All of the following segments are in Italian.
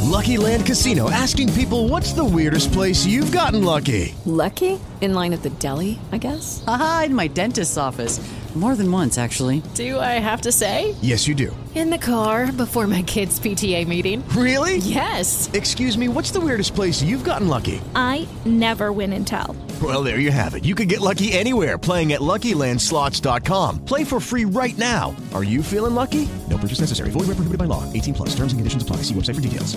Lucky Land Casino, asking people, what's the weirdest place you've gotten lucky? Lucky? In line at the deli, I guess? Aha, in my dentist's office. More than once, actually. Do I have to say? Yes, you do. In the car before my kids' PTA meeting. Really? Yes. Excuse me, what's the weirdest place you've gotten lucky? I never win and tell. Well, there you have it. You can get lucky anywhere, playing at LuckyLandSlots.com. Play for free right now. Are you feeling lucky? No purchase necessary. Void where prohibited by law. 18 plus. Terms and conditions apply. See website for details.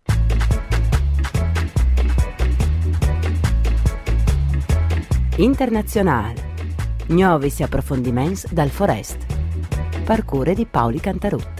Internazionale. Nuovi approfondiments dal Forest. Parcure di Paoli Cantarutti.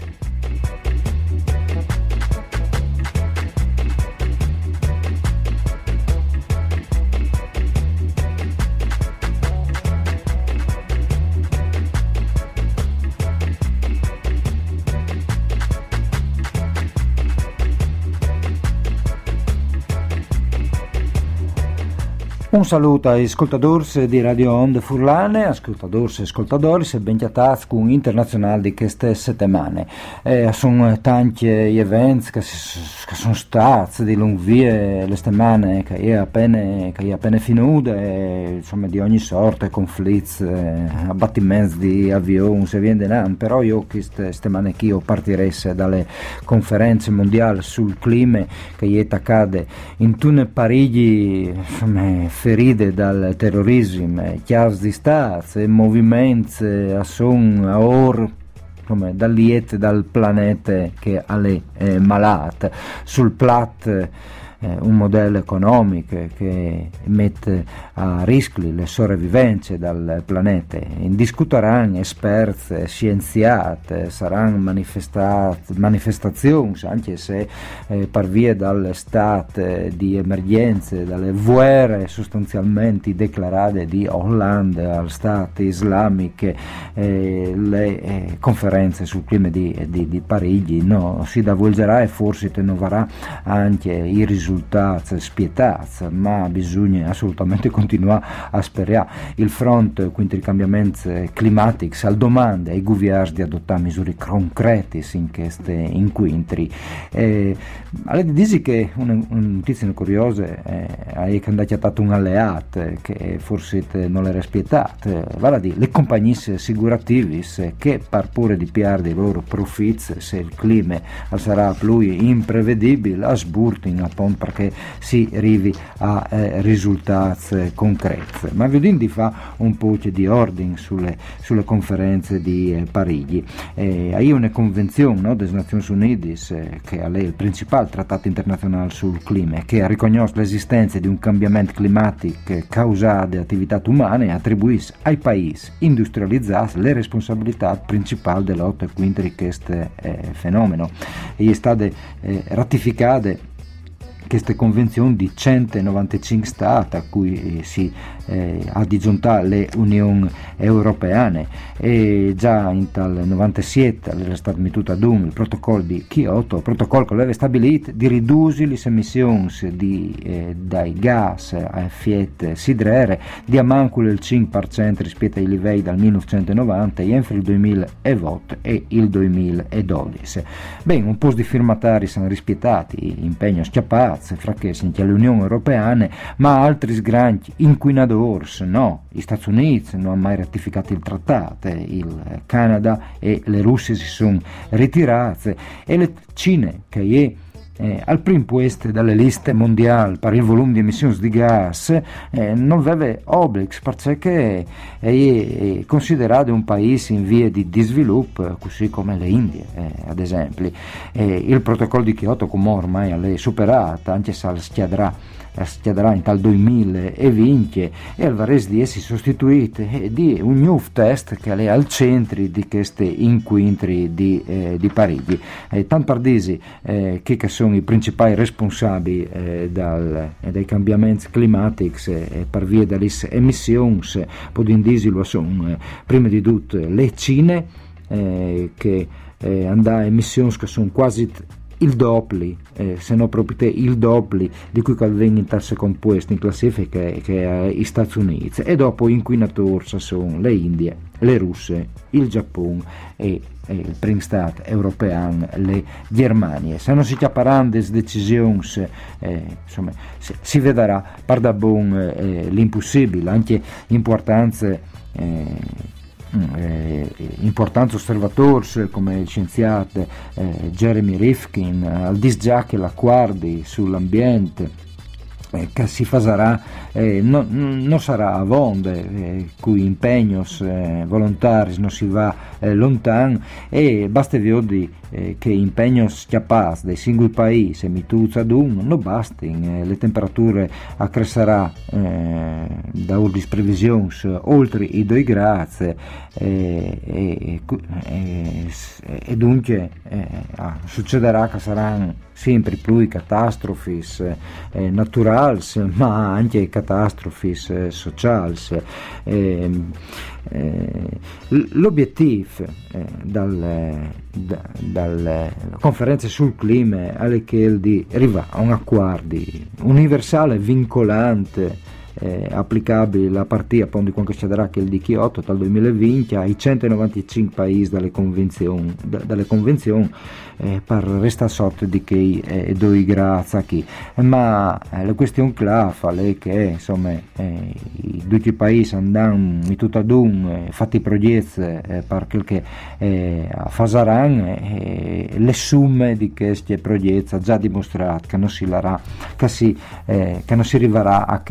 Un saluto ai ascoltatori di Radio Onde Furlane, ascoltatori e ascoltatori, e ben chiatati con internazionale di queste settimane. Sono tanti eventi che sono stati di lunghe le settimane che è appena finute, insomma di ogni sorta, conflitti, abbattimenti di avioni, se viene denaro, però io queste settimane che io partirei dalle conferenze mondiali sul clima che accade in tutte Parigi, insomma, ferite dal terrorismo, chiavi di Stato e movimenti a son a or come dall'iete dal pianeta che è malato sul plat un modello economico che mette a rischio le sopravvivenze dal pianeta. Discuteranno esperti, scienziati, saranno manifestazioni, anche se per via dallo stato di emergenze, dalle guerre sostanzialmente declarate di Hollande al Stato islamico, le conferenze sul clima di Parigi no, si divulgerà e forse innoverà anche i risultati spietati, ma bisogna assolutamente continuare a sperare. Il fronte contro i cambiamenti climatici al domanda ai governi di adottare misure concrete in questi incontri. Alle dici che una notizia curiosa è che hanno chiamato un alleato che forse non era spietato, vale a dire le compagnie assicurative che par pure di perdere i loro profitti se il clima sarà più imprevedibile a sburting appunto perché si arrivi a risultati concreti. Ma vedendo di fa un po' di ordine sulle conferenze di Parigi. Hai una convenzione, no, delle Nazioni Unite che è il principale trattato internazionale sul clima che riconosce l'esistenza di un cambiamento climatico causato da attività umane e attribuisce ai paesi industrializzati le responsabilità principali della lotta contro questo fenomeno. E è stata ratificata queste convenzioni di 195 stati a cui si addigiunta le Unioni Europee e già in tal 97 era stato mettuto ad il protocollo di Kyoto, protocollo che aveva stabilito di ridurre le emissioni dai gas a effetto serra di manco il 5% rispetto ai livelli dal 1990 entro il 2008 e il 2012. Bene, un po' di firmatari sono rispettati, impegno schiappato fra che anche l'Unione Europea, ma altri grandi inquinatori no, gli Stati Uniti non hanno mai ratificato il trattato, il Canada e le Russie si sono ritirate e la Cina che è al primo posto dalle liste mondiali per il volume di emissioni di gas non aveva obblighi perché è considerato un paese in via di sviluppo così come le Indie ad esempio. Il protocollo di Kyoto come ormai è superato anche se schiaderà in tal 2020 e al varese di essi sostituite di un new test che è al centro di questi incontri di Parigi. Tanto per dire che sono i principali responsabili dai cambiamenti climatici per via delle emissioni, possiamo dire sono prima di tutto le Cine che hanno emissioni che sono quasi il doppio, se no proprio il doppio di cui vengono al secondo posto in classifica che è gli Stati Uniti, e dopo inquinatori sono le Indie, le Russie, il Giappone e il primo stato europeo, le Germanie. Se non si chiaparanno delle decisioni, insomma, si vedrà per da buon l'impossibile, anche importante importanti osservatori come il scienziato Jeremy Rifkin al dis già che l'accordi sull'ambiente che si farà non sarà a vonde cui impegnos volontari non si va lontano, e basta vedere che impegnos capaci dei singoli paesi mituzza ad non bastano, le temperature accrescerà da ordini previsioni oltre i 2 gradi e dunque succederà che saranno sempre più catastrofi naturali, ma anche catastrofi sociali. L'obiettivo dalla conferenza sul clima è che di arrivare a un accordo universale vincolante applicabile a partire appunto di quando succederà che il di Kyoto dal 2020 ai 195 paesi dalle convenzioni per restare sotto di che 2 gradi qui, ma la questione clave è che insomma i 2 paesi andranno tutto ad fatti progetti per quel che faranno le somme di questi progetti ha già dimostrato che non si arriverà a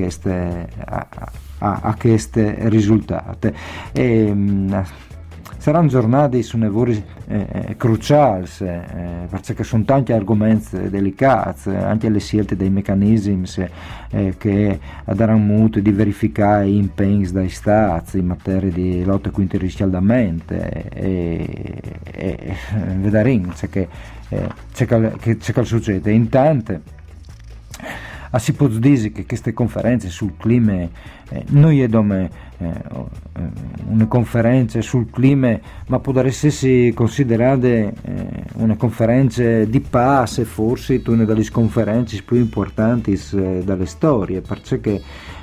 questi risultati. Saranno giornate su nevori cruciali perché sono tanti argomenti delicati, anche le scelte dei meccanismi che daranno modo di verificare gli impegni dai stati in materia di lotta contro il riscaldamento e vedremo che succede. Intanto si può dire che queste conferenze sul clima non è una conferenza sul clima, ma può essere considerate una conferenza di pace, forse una delle conferenze più importanti delle storie, perché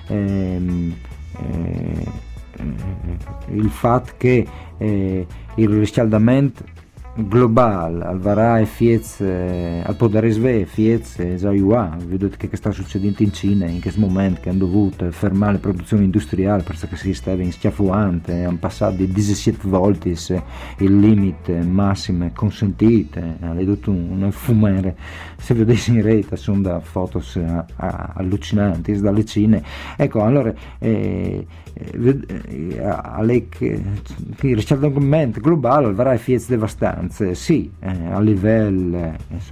il fatto che il riscaldamento globale al varà effetto al potere effetto già vedete che sta succedendo in Cina in questo momento, che hanno dovuto fermare la produzione industriale perché si stava in schiaffante, hanno passato di 17 volte il limite massimo consentito, hanno detto un fumere. Se vedete in rete sono da foto allucinanti dalle Cine. Ecco, allora il riscaldamento globale avrà effetti devastanti, sì, a livello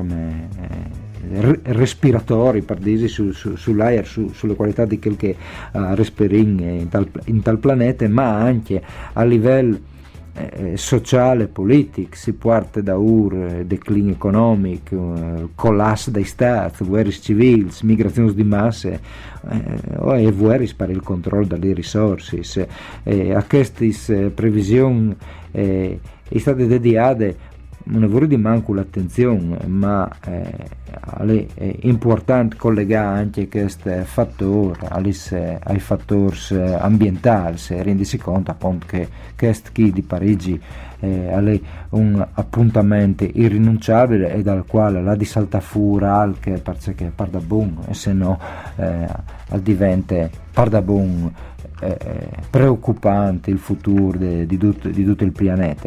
respiratori, per dire, sull'aria, sulle qualità di quel che respiriamo in tal pianeta, ma anche a livello sociale, politico. Si parte da declino economico, collasso dei stati, guerre civili, migrazioni di masse e guerre per il controllo delle risorse. A queste previsioni è stata dedicata un lavoro di manco l'attenzione, ma è importante collegare anche questo fattore ai fattori ambientali, rendersi conto appunto che questo qui di Parigi è un appuntamento irrinunciabile e dal quale la di salta fuori anche perché parda buon, e se no diventa parda buon preoccupante il futuro di tutto il pianeta,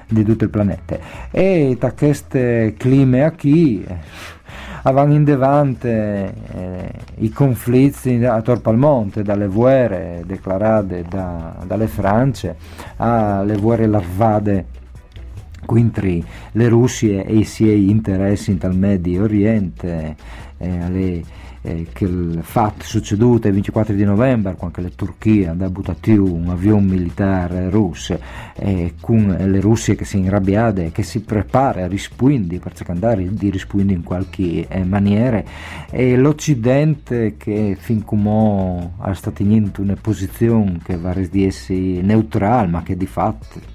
e da questo clima qui avanti in davanti i conflitti attorno al monte, dalle guerre declarate dalle Francia alle guerre larvate contro le Russie e i suoi interessi in tal Medio Oriente, che il fatto succeduto il 24 di novembre, quando la Turchia ha buttato un avione militare russo, con le Russie che si inrabbiate e che si prepara a rispondere, perché andare di rispondere in qualche maniera, e l'Occidente che fin come è stato in una posizione che va di essere neutrale, ma che di fatto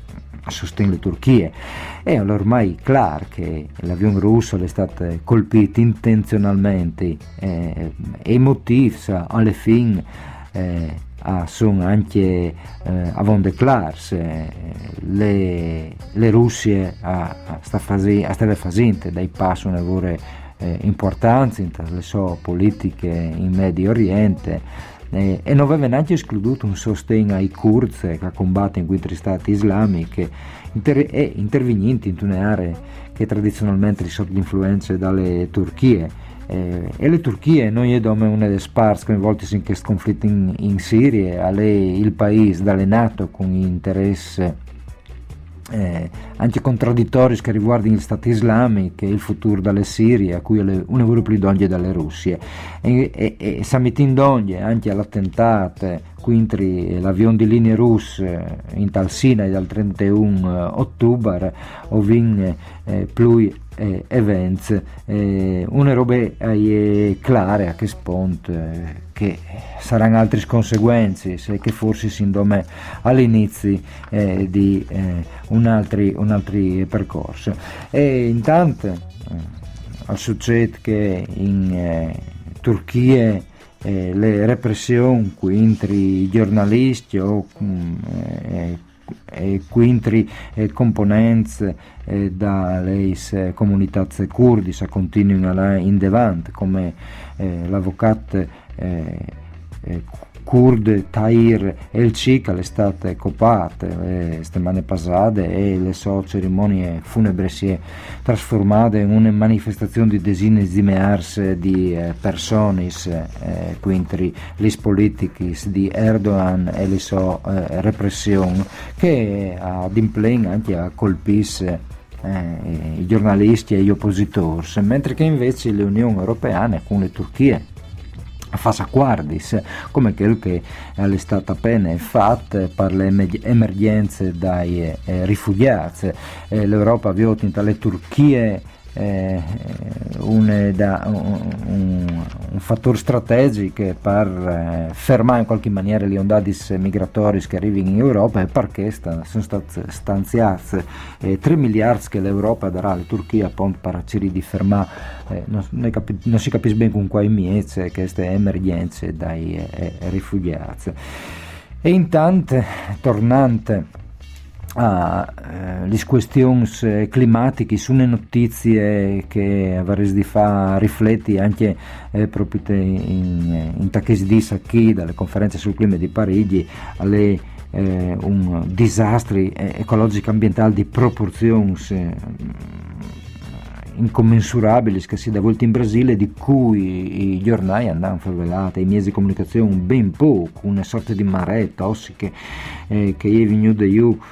sostiene le Turchie. E allora ormai è chiaro che l'avione russo è stato colpito intenzionalmente e i motivi alla fine sono anche avevano declararsi le Russie stavano facendo dei passi importanti in le sue politiche in Medio Oriente e non aveva neanche escluso un sostegno ai curdi che combattono in quei stati islamici e intervenuti in un'area che tradizionalmente è sotto l'influenza dalle Turchie. E le Turchie non è come una delle parti coinvolte in questo conflitto in Siria, è il paese dalle NATO con interessi anche contraddittori che riguardano gli stati islamici e il futuro dalle Sirie a cui un europeo d'oggi dalle Russie e Samitin d'oggi anche all'attentato quindi l'avione di linee russe in tal Sinai dal 31 ottobre o vin più events una roba chiara che sponte che saranno altre conseguenze se che forse si indome all'inizio di un altro percorso e intanto al succede che in Turchia le repressioni contro i giornalisti o contro componenti dalle comunità curdi continuano in davanti come l'avvocato curd Tahir El-Chik è stata copata le settimane passate e le sue cerimonie funebri si è trasformata in una manifestazione di dimearsi di persone quindi le politiche di Erdogan e le sue repressioni che ad implena anche a colpire i giornalisti e gli oppositori, mentre che invece l'Unione Europea con le Turchie fa accordi come quello che è stato appena fatto per le emergenze dai rifugiati. L'Europa ha ottenuto le Turchie un fattore strategico per fermare in qualche maniera le ondate migratorie che arrivano in Europa e perché sono stati stanziati 3 miliardi che l'Europa darà alla Turchia appunto per cercare di fermare non si capisce bene con quali miezze queste emergenze dai rifugiati. E intanto tornante le questioni climatiche sono notizie che avrei di fare rifletti anche proprio in Takesdis qui dalle conferenze sul clima di Parigi alle un disastri ecologico ambientali di proporzioni incommensurabili che si da volte in Brasile di cui i giornali andavano favelati, i mezzi di comunicazione ben poco, una sorta di maree tossiche che è venuto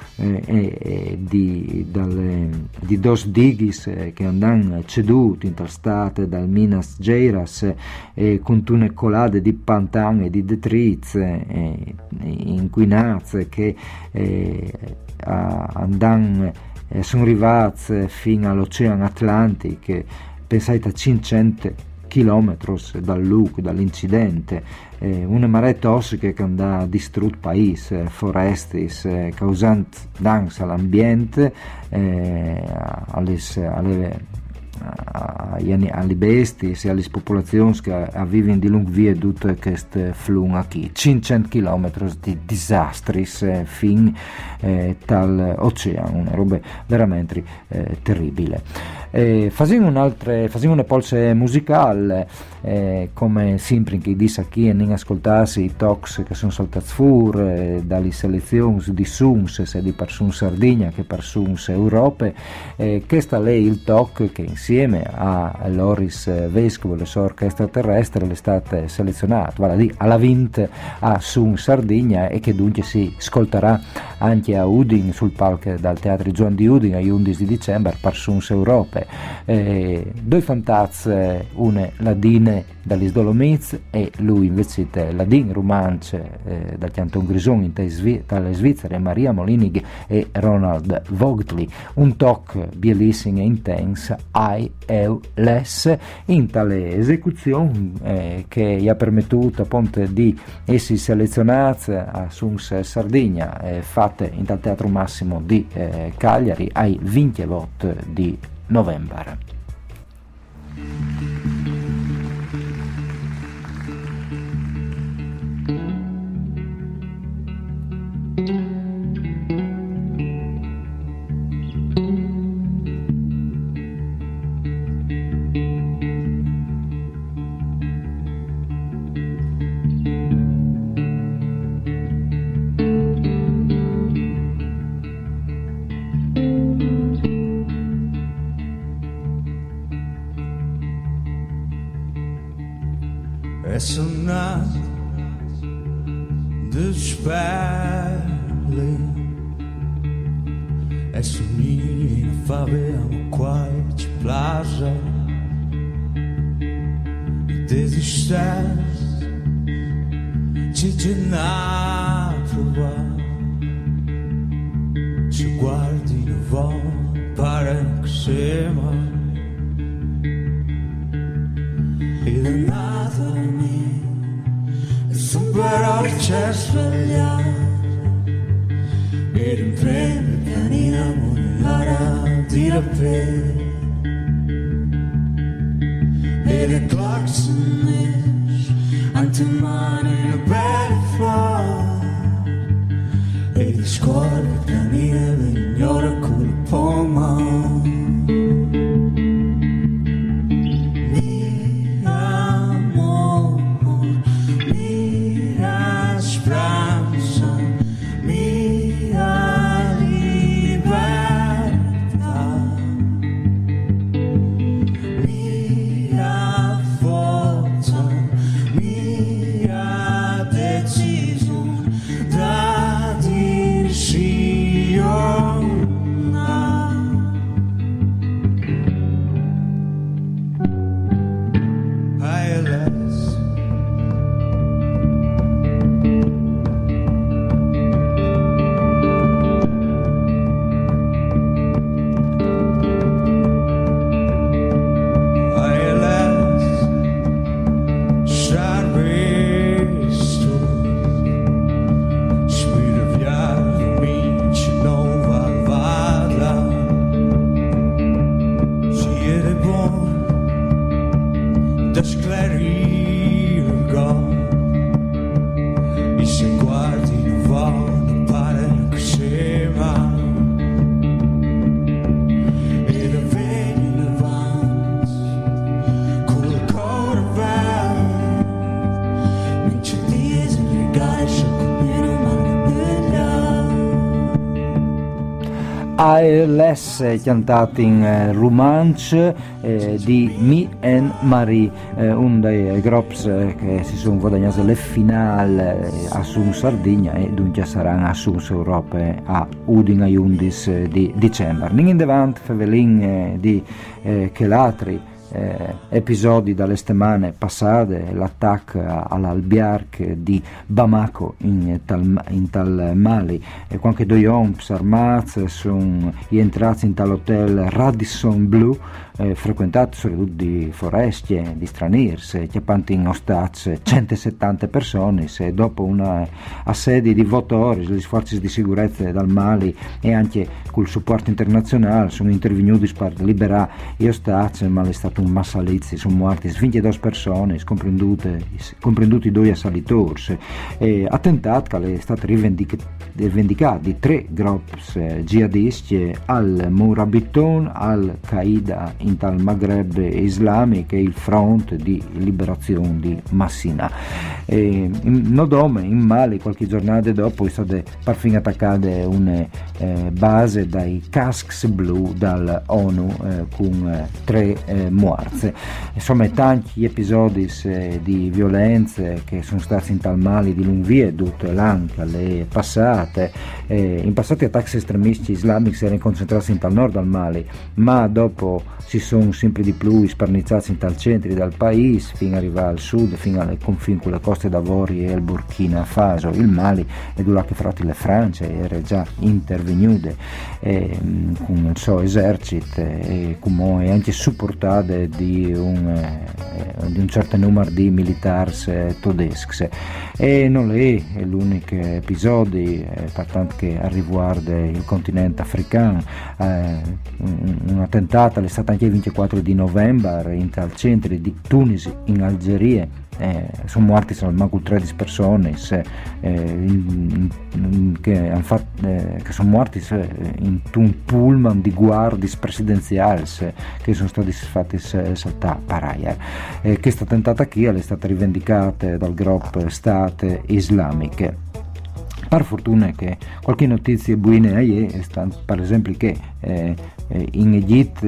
di dos digis che andavano ceduti in tal state dal Minas Gerais con una colade di pantane e di detrize inquinate che andavano sono arrivati fino all'Oceano Atlantico, pensate a 500 km dall'incidente, una marea tossica che ha distrutto il paese, foreste, causando danni all'ambiente, alle bestie e alle popolazioni che vivono di lungo via tutto questo flusso qui 500 km di disastri fin dall'oceano, una roba veramente terribile. Facendo una polse musicale come sempre che disse qui e non ascoltarsi i talks che sono saltati fuori dalle selezioni di Suns sia di persone Sardegna che persone Europe, che sta lei il talk che insieme a Loris Vescovo e la sua orchestra terrestre è stata selezionata alla vinta a Sun Sardegna e che dunque si ascolterà anche a Udine sul palco dal Teatro Gioan di Udine a 11 di dicembre per Suns Europe. Due fantazzi, una ladine dagli Dolomites e lui invece ladin romance dal Canton Grison dalle Svizzere, Maria Molinig e Ronald Vogtli, un talk bellissimo e intenso ILS in tale esecuzione che gli ha permesso appunto di essere selezionati a Suns Sardegna, fa fatte in dal Teatro Massimo di Cagliari ai 28 di novembre. É sonado de espelho, é sumir na favela quite plaza e desistência de na provar se guardi no vão para que se e da nada a mim é superar o c'è sbagliato ed impreme pianina monellare di rapé e le claxones antemane una bella flor e le scuole pianine veniora con il pomone. ALS cantati in romanzo di Me and Marie, un dei gruppi che si sono guadagnati le finali a Sun Sardegna e dunque saranno a Sun Europa a Udine a 11 di dicembre. In davanti Fevelin di Chelatri episodi dalle settimane passate, l'attacco all'Albiark di Bamako in tal Mali e qualche due uomini armati sono entrati in tal hotel Radisson Blu frequentato soprattutto di foreste, di stranieri, chiappanti in ostaggio 170 persone e dopo una assedio di votori le forze di sicurezza dal Mali e anche col supporto internazionale sono intervenuti per liberare gli ostaggi, ma è stato un massalizio, sono morti 22 persone, comprenduti due assalitori. Attentato che è stato rivendicato di 3 gruppi jihadisti al Mourabiton, al Qaeda in tal Maghreb islamico e il Front di Liberazione di Massina. In Nodome, in Mali, qualche giornata dopo è stata perfino attaccata una base dai cascs blu dall'ONU con 3 morti. Insomma, tanti episodi di violenze che sono stati in tal Mali di lunghie tutte l'anche le passate. In passati attacchi estremisti islamici erano concentrati in tal nord del Mali, ma dopo si sono sempre di più sparnizzati in tal centri del paese fino ad arrivare al sud, fino alle confini con le coste d'Avori e il Burkina Faso. Il Mali è dove che frati le Francia era già intervenute con il suo esercito e come è anche supportato di un di un certo numero di militari tedeschi. E non è l'unico episodio, pertanto che riguarda il continente africano. Un attentato è stato anche il 24 di novembre in al centro di Tunisi in Algeria. Sono morti almeno 13 persone che sono morti in un pullman di guardie presidenziali che sono stati fatti saltare per aria. Questa attentata qui è stata rivendicata dal gruppo State Islamiche. Per fortuna che qualche notizia buona è per esempio che in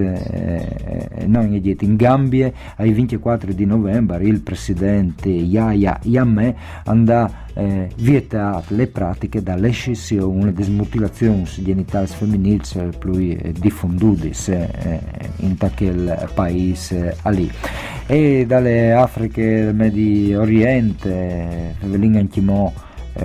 Gambia ai 24 di novembre il presidente Yahya Jammeh andò vietato le pratiche dall'escissione delle mutilazioni genitali femminili più diffondute in quel paese lì. E dalle Afriche del Medio Oriente vengono anche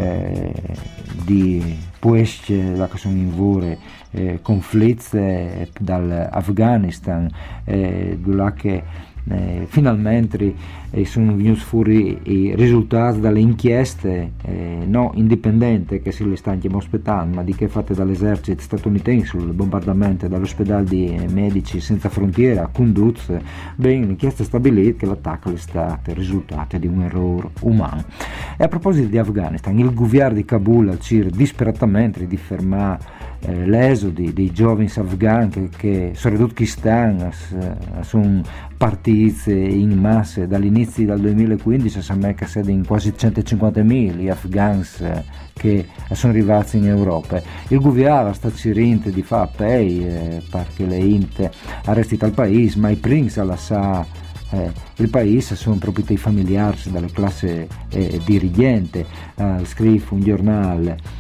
di puesce la che sono in vore conflitti dall'Afghanistan, dove che finalmente sono venuti fuori i risultati dalle inchieste non indipendenti che si le stanno aspettando, ma di che fatte dall'esercito statunitense sul bombardamento dall'ospedale di Medici Senza Frontiere a Kunduz. L'inchiesta stabilita che l'attacco è stato il risultato di un errore umano. E a proposito di Afghanistan, il governo di Kabul ha cercato disperatamente di fermare l'esodo dei giovani afghani che sono ridotti sono partiti in massa dall'inizio del 2015. Sappiamo che sono in quasi 150.000 gli afghani che sono arrivati in Europa. Il governo sta cercando di fare appelli perché le int arresti dal paese, ma i prince alla sa il paese sono proprio i familiari della classe dirigente. Scrive un giornale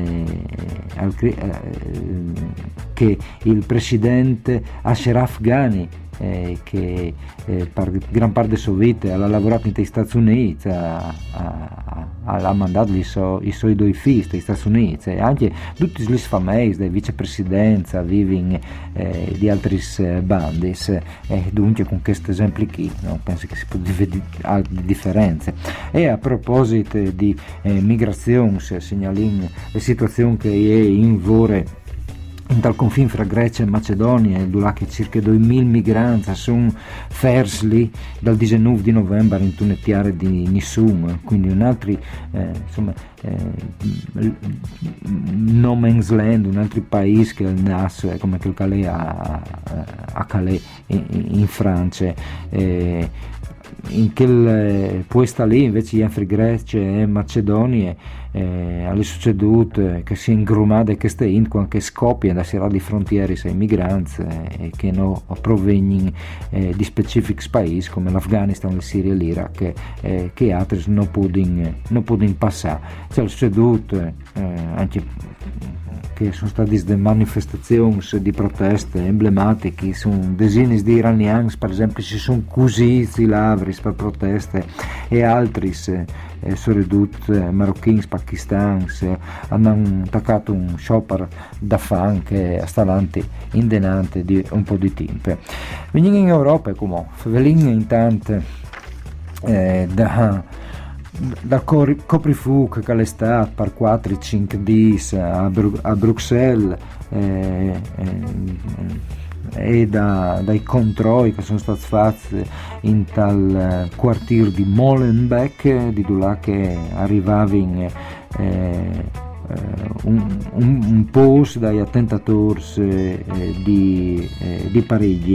che il presidente Ashraf Ghani che per gran parte del suo vita ha lavorato negli Stati Uniti, ha mandato i suoi due figli negli Stati Uniti, e anche tutti gli famosi della vicepresidenza vivono di altri bandi, e dunque con questo esempio qui penso che si può vedere altre differenze. E a proposito di migrazione, segnaliamo la situazione che è in vore dal confine fra Grecia e Macedonia, dove che circa 2.000 migranti sono fersi dal 19 di novembre in tunettiare di Nissum, quindi un altro no man's land, un altro paese che nasce come quel Calais a Calais in Francia. In quel posto lì invece di Grecia e Macedonia è succeduto che si ingrumate queste int anche scoppia da sera di frontiere ai migranti che non provengono di specifici paesi come l'Afghanistan, la Siria e l'Iraq che altri non possono passare. Cioè è succeduto anche che sono state delle manifestazioni di proteste emblematiche, sono decine di iraniani per esempio si sono cusiti lavri per proteste, e altri sono ridotti marocchini, pakistani, hanno attaccato un shopper da fan che sta avanti indenante di un po' di tempo. Venendo in Europa come venendo intanto da coprifuoco che è stato per 4-5 giorni a Bruxelles e dai controlli che sono stati fatti in tal quartiere di Molenbeek, di là che arrivava in un post dagli attentatori di Parigi.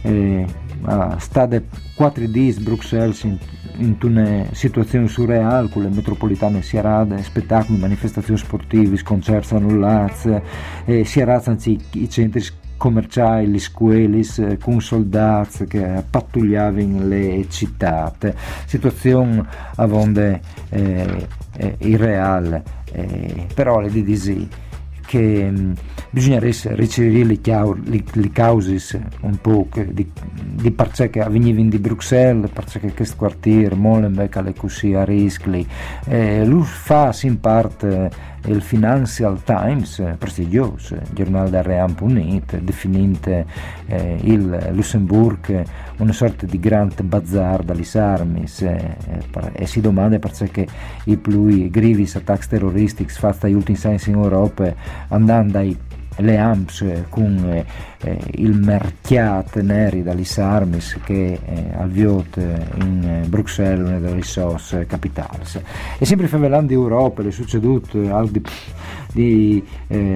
State 4 giorni Bruxelles in una situazione surreale, con le metropolitane si arrade, spettacoli, manifestazioni sportive, concerti annullati, si arradzano i centri commerciali, le scuole con soldati che pattugliavano le città, situazione a vonde irreale, però le di che bisognerebbe ricercare le cause un po' di perché che avvenivano di Bruxelles, perché questo quartiere Molenbeek è così a rischio. Lui fa in parte il Financial Times, prestigioso giornale da Ream Punit, definite il Lussemburg una sorta di grande bazar dalle armi, e si domanda perché i più gravi attacchi terroristici fatti dagli ultimi anni in Europa andando dai le AMPS con il merchiato neri dalle armi che avviot in Bruxelles, una delle risorse capitali. E sempre favelando di Europa le succedute al di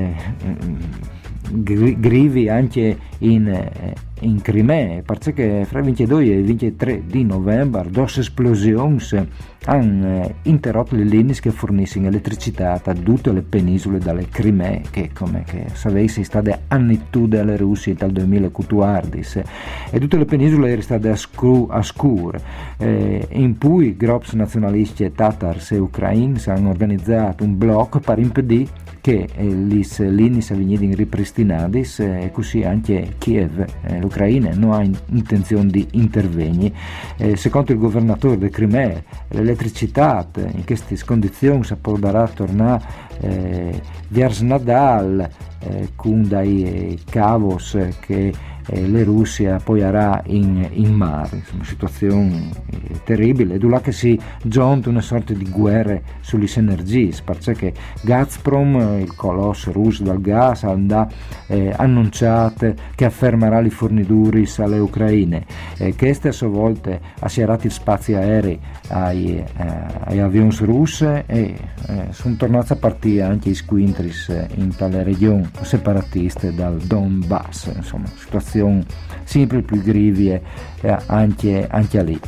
grivi anche in Crimea, perché fra il 22 e il 23 di novembre due esplosioni hanno interrotto le linee che forniscono elettricità a tutte le penisole dalle Crimea, che come che sapete è stata annettuta alle Russie dal 2014, e tutte le penisole erano state a scure, in cui gruppi nazionalisti e tatars e ucraini hanno organizzato un blocco per impedire che le linee venissero ripristinate, e così anche Kiev, l'Ucraina, non ha intenzione di intervenire. Secondo il governatore di Crimea, l'elettricità in queste condizioni si potrà tornare verso Nadal con dei cavos che le Russia appoggerà in mare, una situazione terribile, e là che si giunta una sorta di guerra sulle energie, perché Gazprom, il colosso russo del gas, ha annunciato che affermerà le forniture alle Ucraine, queste a sua volta ha sciarato gli spazi aerei ai avioni russi, e sono tornati a partire anche i squintri in tale regione separatiste dal Donbass, insomma situazione sempre più grave anche lì.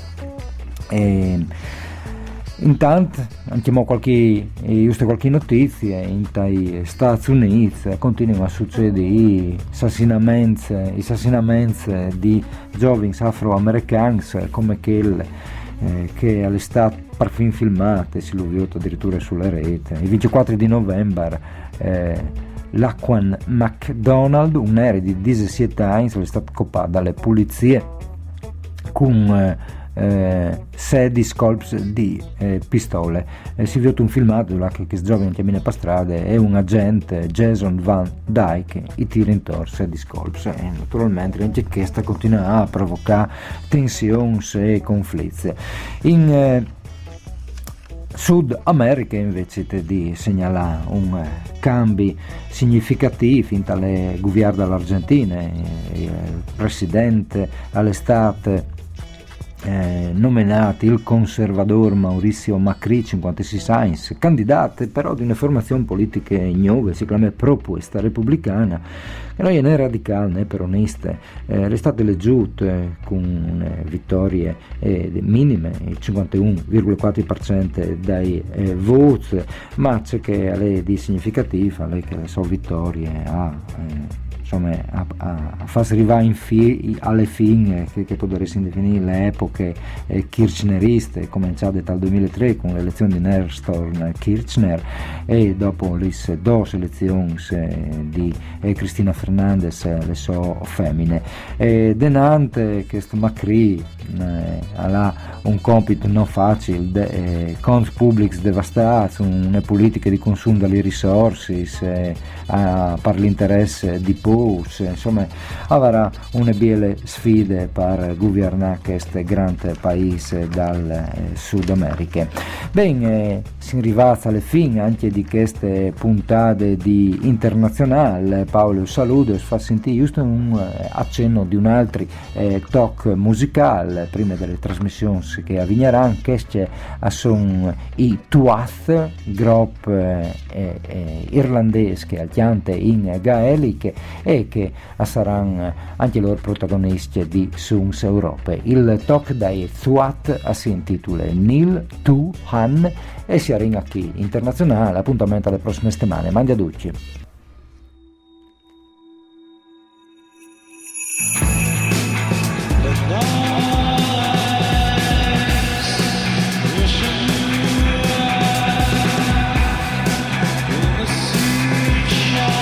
Intanto anche qualche notizia in dai Stati Uniti continuano a succedere assassinamenti di giovani afroamericani come che all'estate perfino filmate, si lo visto addirittura sulla rete. Il 24 di novembre Laquan McDonald, un nero di 17 anni, è stato coppato dalle polizie con 16 colpi di pistole. Si è visto un filmato che giovane cammina per strada e un agente, Jason Van Dyke, i tira intorno 16 colpi, e naturalmente anche questa continua a provocare tensioni e conflitti. In Sud America invece di segnalare un cambio significativo in tale governo dell'Argentina, il presidente all'estate nominato il conservatore Mauricio Macri, 56 anni, candidato però di una formazione politica nuova, si chiama Proposta Repubblicana, che non è né radicale né peronista, è stato eleggiuto con vittorie minime, il 51,4% dei voti, ma c'è che è di significativa, che le sue vittorie a far arrivare alle fine che potresti definire le epoche kirchneriste, cominciate dal 2003 con l'elezione di Nestor Kirchner, e dopo le due elezioni di Cristina Fernandez, le sue femmine. Denante questo Macri ha un compito non facile, conti pubblici devastati, una politica di consumo delle risorse per l'interesse di pochi, insomma avrà una belle sfide per governare questo grande paese dal Sud America. Bene, si arrivata alle fine anche di queste puntate di Internazionale. Paolo saluto e fa sentire giusto un accenno di un altro talk musicale prima delle trasmissioni che avvegneranno. Questi sono i Tuath, gruppo irlandese che chiante in gaeliche e che saranno anche loro protagonisti di Suns Europe. Il talk dai Tuath si intitola Nil Tu Han e si arriva qui Internazionale. Appuntamento alle prossime settimane. Mandi a Ducci. Shine.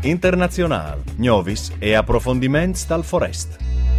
Internacional, Novis e approfondiments dal Forest.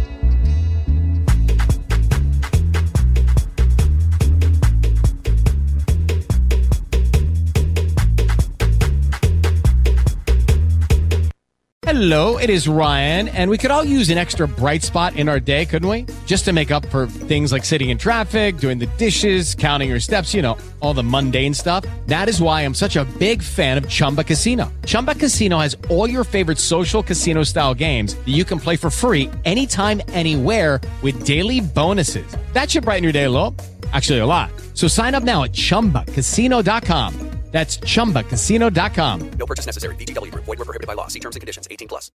Hello, it is Ryan, and we could all use an extra bright spot in our day, couldn't we? Just to make up for things like sitting in traffic, doing the dishes, counting your steps, you know, all the mundane stuff. That is why I'm such a big fan of Chumba Casino. Chumba Casino has all your favorite social casino-style games that you can play for free anytime, anywhere with daily bonuses. That should brighten your day a little. Actually, a lot. So sign up now at ChumbaCasino.com. That's ChumbaCasino.com. No purchase necessary. VGW Group. Void where prohibited by law. See terms and conditions. 18+.